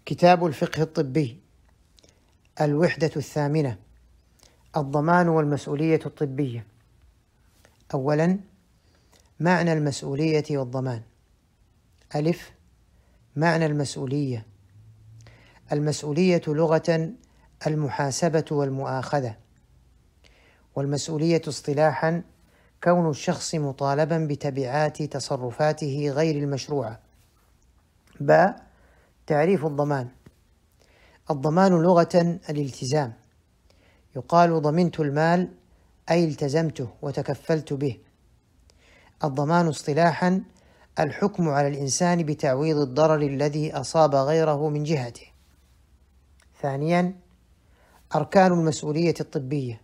كتاب الفقه الطبي، الوحدة 8. الضمان والمسؤولية الطبية. أولاً، معنى المسؤولية والضمان. ألف. معنى المسؤولية: المسؤولية لغة المحاسبة والمؤاخذة، والمسؤولية اصطلاحاً كون الشخص مطالباً بتبعات تصرفاته غير المشروعة. باء. تعريف الضمان: الضمان لغة الالتزام، يقال ضمنت المال أي التزمته وتكفلت به. الضمان اصطلاحا الحكم على الإنسان بتعويض الضرر الذي أصاب غيره من جهته. ثانيا، أركان المسؤولية الطبية.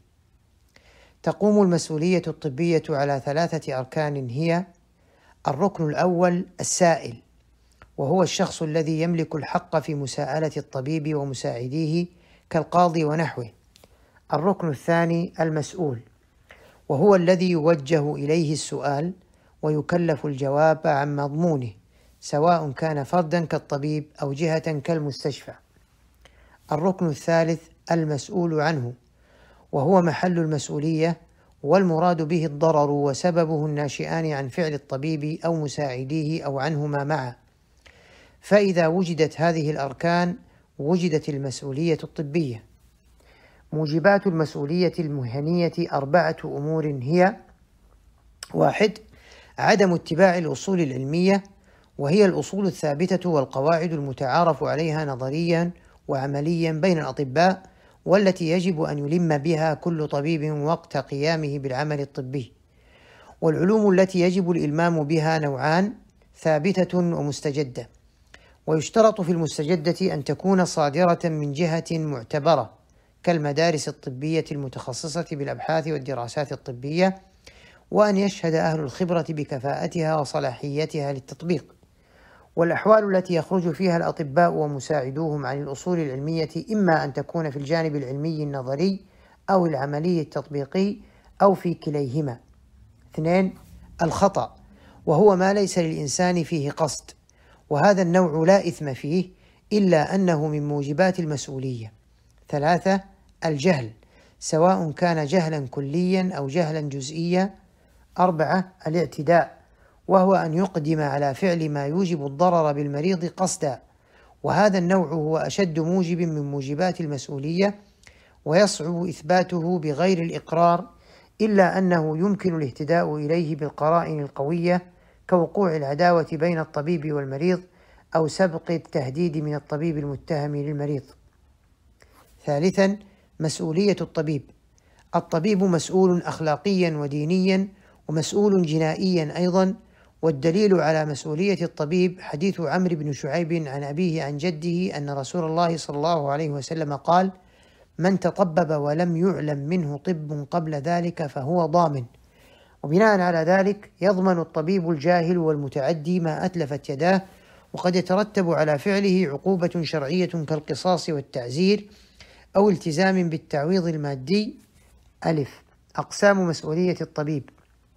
تقوم المسؤولية الطبية على 3 أركان هي: الركن الأول السائل، وهو الشخص الذي يملك الحق في مساءلة الطبيب ومساعديه كالقاضي ونحوه. الركن الثاني المسؤول، وهو الذي يوجه إليه السؤال ويكلف الجواب عن مضمونه، سواء كان فردا كالطبيب أو جهة كالمستشفى. الركن الثالث المسؤول عنه، وهو محل المسؤولية، والمراد به الضرر وسببه الناشئان عن فعل الطبيب أو مساعديه أو عنهما معا. فإذا وجدت هذه الأركان وجدت المسؤولية الطبية. موجبات المسؤولية المهنية 4 أمور هي: 1. عدم اتباع الأصول العلمية، وهي الأصول الثابتة والقواعد المتعارف عليها نظريا وعمليا بين الأطباء، والتي يجب أن يلم بها كل طبيب وقت قيامه بالعمل الطبي. والعلوم التي يجب الإلمام بها نوعان: ثابتة ومستجدة. ويشترط في المستجدة أن تكون صادرة من جهة معتبرة كالمدارس الطبية المتخصصة بالأبحاث والدراسات الطبية، وأن يشهد أهل الخبرة بكفاءتها وصلاحيتها للتطبيق. والأحوال التي يخرج فيها الأطباء ومساعدوهم عن الأصول العلمية إما أن تكون في الجانب العلمي النظري أو العملي التطبيقي أو في كليهما. 2. الخطأ، وهو ما ليس للإنسان فيه قصد، وهذا النوع لا إثم فيه إلا أنه من موجبات المسؤولية. 3. الجهل، سواء كان جهلا كليا أو جهلا جزئيا. 4. الاعتداء، وهو أن يقدم على فعل ما يوجب الضرر بالمريض قصدا، وهذا النوع هو أشد موجب من موجبات المسؤولية، ويصعب إثباته بغير الإقرار، إلا أنه يمكن الاهتداء إليه بالقرائن القوية كوقوع العداوة بين الطبيب والمريض أو سبق التهديد من الطبيب المتهم للمريض. ثالثا، مسؤولية الطبيب. الطبيب مسؤول أخلاقيا ودينيا ومسؤول جنائيا أيضا، والدليل على مسؤولية الطبيب حديث عمرو بن شعيب عن أبيه عن جده أن رسول الله صلى الله عليه وسلم قال: من تطبب ولم يعلم منه طب قبل ذلك فهو ضامن. وبناء على ذلك يضمن الطبيب الجاهل والمتعدي ما أتلفت يداه، وقد يترتب على فعله عقوبة شرعية كالقصاص والتعزير أو التزام بالتعويض المادي. ألف. أقسام مسؤولية الطبيب.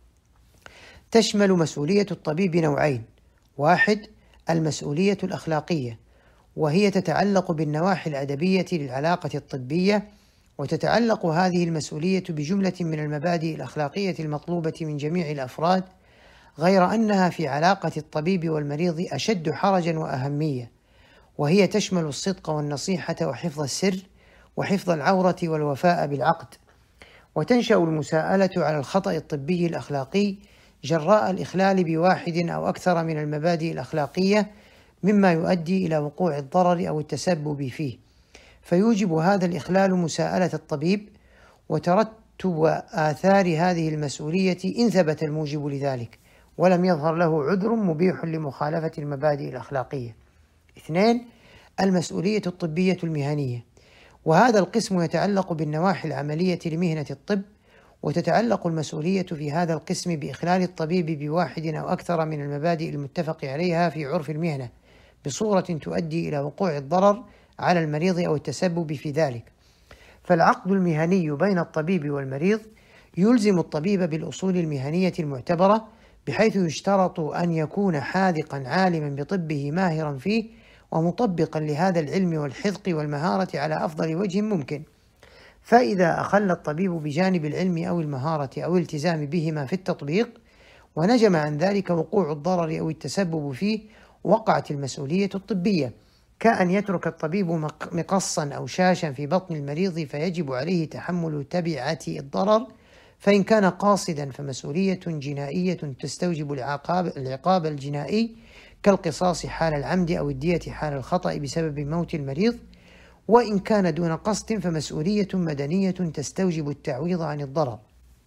تشمل مسؤولية الطبيب نوعين: 1. المسؤولية الأخلاقية، وهي تتعلق بالنواحي الأدبية للعلاقة الطبية، وتتعلق هذه المسؤولية بجملة من المبادئ الأخلاقية المطلوبة من جميع الأفراد، غير أنها في علاقة الطبيب والمريض أشد حرجا وأهمية، وهي تشمل الصدق والنصيحة وحفظ السر وحفظ العورة والوفاء بالعقد. وتنشأ المساءلة على الخطأ الطبي الأخلاقي جراء الإخلال بواحد أو أكثر من المبادئ الأخلاقية، مما يؤدي إلى وقوع الضرر أو التسبب فيه، فيوجب هذا الإخلال مساءلة الطبيب وترتب آثار هذه المسؤولية إن ثبت الموجب لذلك ولم يظهر له عذر مبيح لمخالفة المبادئ الأخلاقية. 2. المسؤولية الطبية المهنية، وهذا القسم يتعلق بالنواحي العملية لمهنة الطب، وتتعلق المسؤولية في هذا القسم بإخلال الطبيب بواحد أو أكثر من المبادئ المتفق عليها في عرف المهنة بصورة تؤدي إلى وقوع الضرر على المريض أو التسبب في ذلك. فالعقد المهني بين الطبيب والمريض يلزم الطبيب بالأصول المهنية المعتبرة، بحيث يشترط أن يكون حاذقا عالما بطبه ماهرا فيه، ومطبقا لهذا العلم والحذق والمهارة على أفضل وجه ممكن. فإذا أخل الطبيب بجانب العلم أو المهارة أو الالتزام بهما في التطبيق ونجم عن ذلك وقوع الضرر أو التسبب فيه، وقعت المسؤولية الطبية، كأن يترك الطبيب مقصا أو شاشا في بطن المريض فيجب عليه تحمل تبعات الضرر، فإن كان قاصدا فمسؤولية جنائية تستوجب العقاب الجنائي كالقصاص حال العمد أو الدية حال الخطأ بسبب موت المريض، وإن كان دون قصد فمسؤولية مدنية تستوجب التعويض عن الضرر.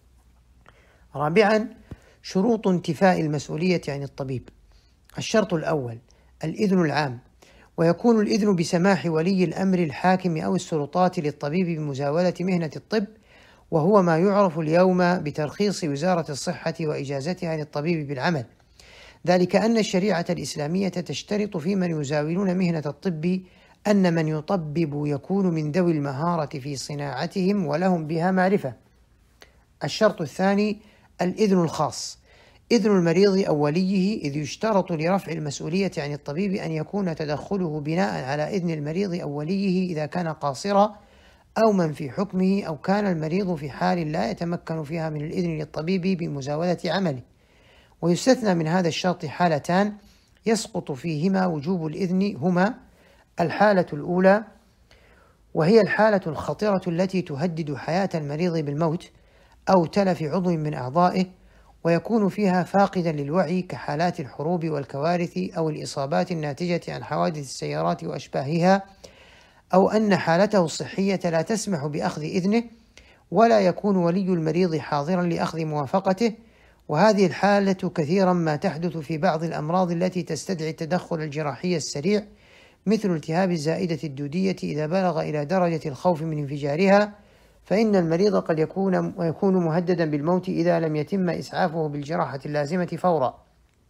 رابعا، شروط انتفاء المسؤولية عن الطبيب. الشرط الأول الإذن العام، ويكون الإذن بسماح ولي الأمر الحاكم أو السلطات للطبيب بمزاولة مهنة الطب، وهو ما يعرف اليوم بترخيص وزارة الصحة وإجازتها للطبيب بالعمل، ذلك أن الشريعة الإسلامية تشترط في من يزاولون مهنة الطب أن من يطبب يكون من ذوي المهارة في صناعتهم ولهم بها معرفة. الشرط الثاني الإذن الخاص، إذن المريض أو وليه، إذ يشترط لرفع المسؤولية عن الطبيب أن يكون تدخله بناء على إذن المريض أو وليه إذا كان قاصرا أو من في حكمه، أو كان المريض في حال لا يتمكن فيها من الإذن للطبيب بمزاولة عمله. ويستثنى من هذا الشرط حالتان يسقط فيهما وجوب الإذن، هما: الحالة الأولى وهي الحالة الخطرة التي تهدد حياة المريض بالموت أو تلف عضو من أعضائه، ويكون فيها فاقدا للوعي كحالات الحروب والكوارث أو الإصابات الناتجة عن حوادث السيارات وأشباهها، أو أن حالته الصحية لا تسمح بأخذ إذنه ولا يكون ولي المريض حاضرا لأخذ موافقته. وهذه الحالة كثيرا ما تحدث في بعض الأمراض التي تستدعي التدخل الجراحي السريع، مثل التهاب الزائدة الدودية إذا بلغ إلى درجة الخوف من انفجارها، فإن المريض قد يكون مهددا بالموت إذا لم يتم إسعافه بالجراحة اللازمة فورا.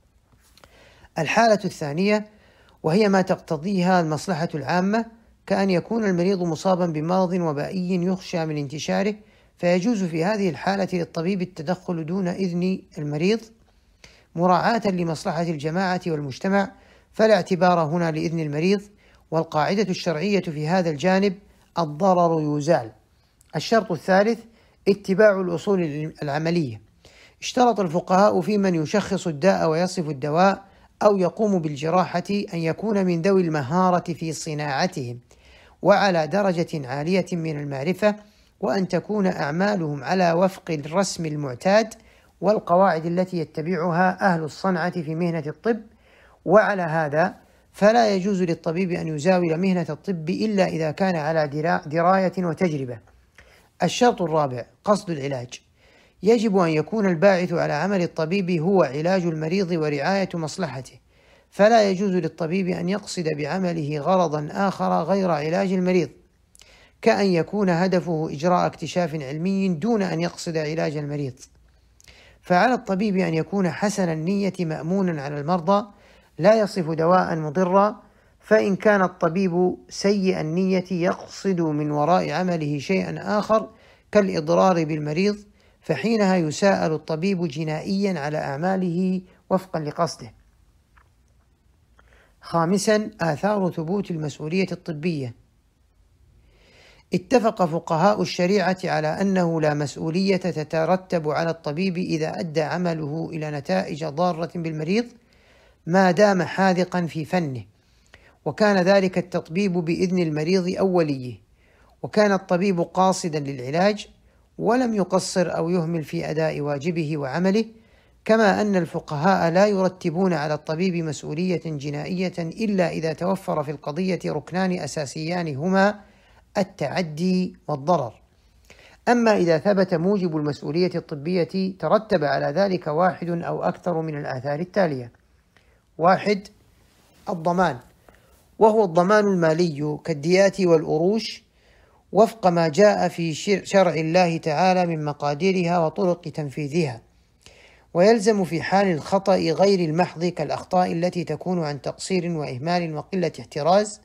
الحالة الثانية وهي ما تقتضيها المصلحة العامة، كأن يكون المريض مصابا بمرض وبائي يخشى من انتشاره، فيجوز في هذه الحالة للطبيب التدخل دون إذن المريض مراعاة لمصلحة الجماعة والمجتمع، فلا اعتبار هنا لإذن المريض. والقاعدة الشرعية في هذا الجانب الضرر يزال. الشرط الثالث اتباع الأصول العملية. اشترط الفقهاء في من يشخص الداء ويصف الدواء أو يقوم بالجراحة أن يكون من ذوي المهارة في صناعتهم وعلى درجة عالية من المعرفة، وأن تكون أعمالهم على وفق الرسم المعتاد والقواعد التي يتبعها أهل الصنعة في مهنة الطب. وعلى هذا فلا يجوز للطبيب أن يزاول مهنة الطب إلا إذا كان على دراية وتجربة. الشرط الرابع قصد العلاج. يجب أن يكون الباعث على عمل الطبيب هو علاج المريض ورعاية مصلحته، فلا يجوز للطبيب أن يقصد بعمله غرضا آخر غير علاج المريض، كأن يكون هدفه إجراء اكتشاف علمي دون أن يقصد علاج المريض. فعلى الطبيب أن يكون حسن النية مأمونا على المرضى، لا يصف دواء مضرا، فإن كان الطبيب سيء النية يقصد من وراء عمله شيئا آخر كالإضرار بالمريض، فحينها يساءل الطبيب جنائيا على أعماله وفقا لقصده. خامسا آثار ثبوت المسؤولية الطبية. اتفق فقهاء الشريعة على أنه لا مسؤولية تترتب على الطبيب إذا أدى عمله إلى نتائج ضارة بالمريض ما دام حاذقا في فنه، وكان ذلك التطبيب بإذن المريض أو وليه، وكان الطبيب قاصدا للعلاج ولم يقصر أو يهمل في أداء واجبه وعمله. كما أن الفقهاء لا يرتبون على الطبيب مسؤولية جنائية إلا إذا توفر في القضية ركنان أساسيان هما التعدي والضرر. أما إذا ثبت موجب المسؤولية الطبية ترتب على ذلك واحد أو أكثر من الآثار التالية: 1. الضمان، وهو الضمان المالي كالديات والأروش وفق ما جاء في شرع الله تعالى من مقاديرها وطرق تنفيذها، ويلزم في حال الخطأ غير المحض كالأخطاء التي تكون عن تقصير وإهمال وقلة احتراز.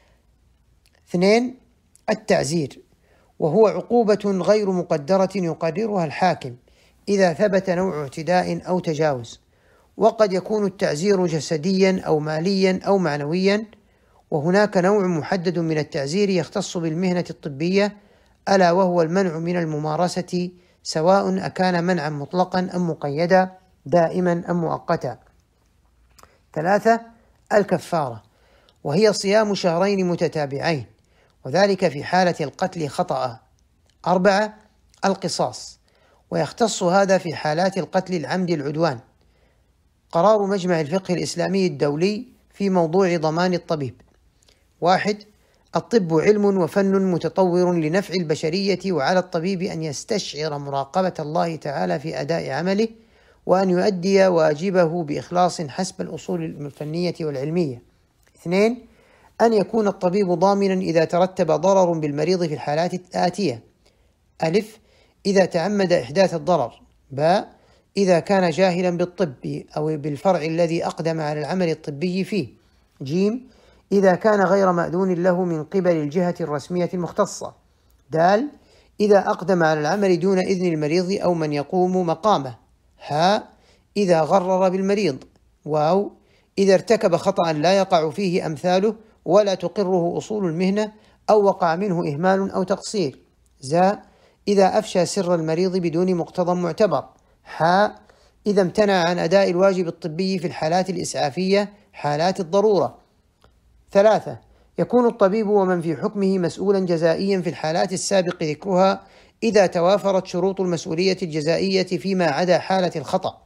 2. التعزير، وهو عقوبة غير مقدرة يقررها الحاكم إذا ثبت نوع اعتداء أو تجاوز، وقد يكون التعزير جسديا أو ماليا أو معنويا، وهناك نوع محدد من التعزير يختص بالمهنة الطبية، ألا وهو المنع من الممارسة، سواء أكان منعا مطلقا أم مقيدا، دائما أم مؤقتا. 3. الكفارة، وهي صيام شهرين متتابعين، وذلك في حالة القتل خطأ. 4. القصاص، ويختص هذا في حالات القتل العمد العدوان. قرار مجمع الفقه الإسلامي الدولي في موضوع ضمان الطبيب. 1. الطب علم وفن متطور لنفع البشرية، وعلى الطبيب أن يستشعر مراقبة الله تعالى في أداء عمله، وأن يؤدي واجبه بإخلاص حسب الأصول الفنية والعلمية. 2. أن يكون الطبيب ضامنا إذا ترتب ضرر بالمريض في الحالات الآتية: أ. إذا تعمد إحداث الضرر، ب. إذا كان جاهلا بالطب أو بالفرع الذي أقدم على العمل الطبي فيه، ج. إذا كان غير مأذون له من قبل الجهة الرسمية المختصة، د. إذا أقدم على العمل دون إذن المريض أو من يقوم مقامه، ه. إذا غرر بالمريض، واو. إذا ارتكب خطأ لا يقع فيه أمثاله ولا تقره أصول المهنة، أو وقع منه إهمال أو تقصير، ز. إذا أفشى سر المريض بدون مقتضى معتبر، ح. إذا امتنع عن أداء الواجب الطبي في الحالات الإسعافية، حالات الضرورة. 3. يكون الطبيب ومن في حكمه مسؤولا جزائيا في الحالات السابق ذكرها، إذا توافرت شروط المسؤولية الجزائية فيما عدا حالة الخطأ،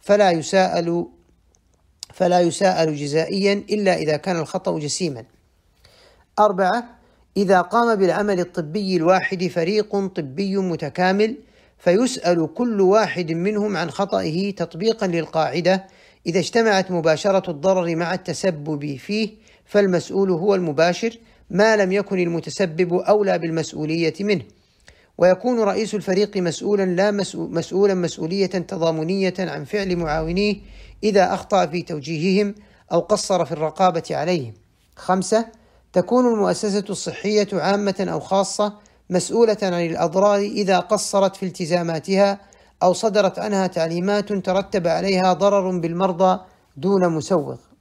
فلا يساءل جزائيا إلا إذا كان الخطأ جسيما. 4. إذا قام بالعمل الطبي الواحد فريق طبي متكامل، فيسأل كل واحد منهم عن خطئه تطبيقا للقاعدة: إذا اجتمعت مباشرة الضرر مع التسبب فيه فالمسؤول هو المباشر، ما لم يكن المتسبب أولى بالمسؤولية منه. ويكون رئيس الفريق مسؤولا مسؤولية تضامنية عن فعل معاونيه إذا أخطأ في توجيههم أو قصر في الرقابة عليهم. 5. تكون المؤسسة الصحية عامة أو خاصة مسؤولة عن الأضرار إذا قصرت في التزاماتها أو صدرت عنها تعليمات ترتب عليها ضرر بالمرضى دون مسوغ.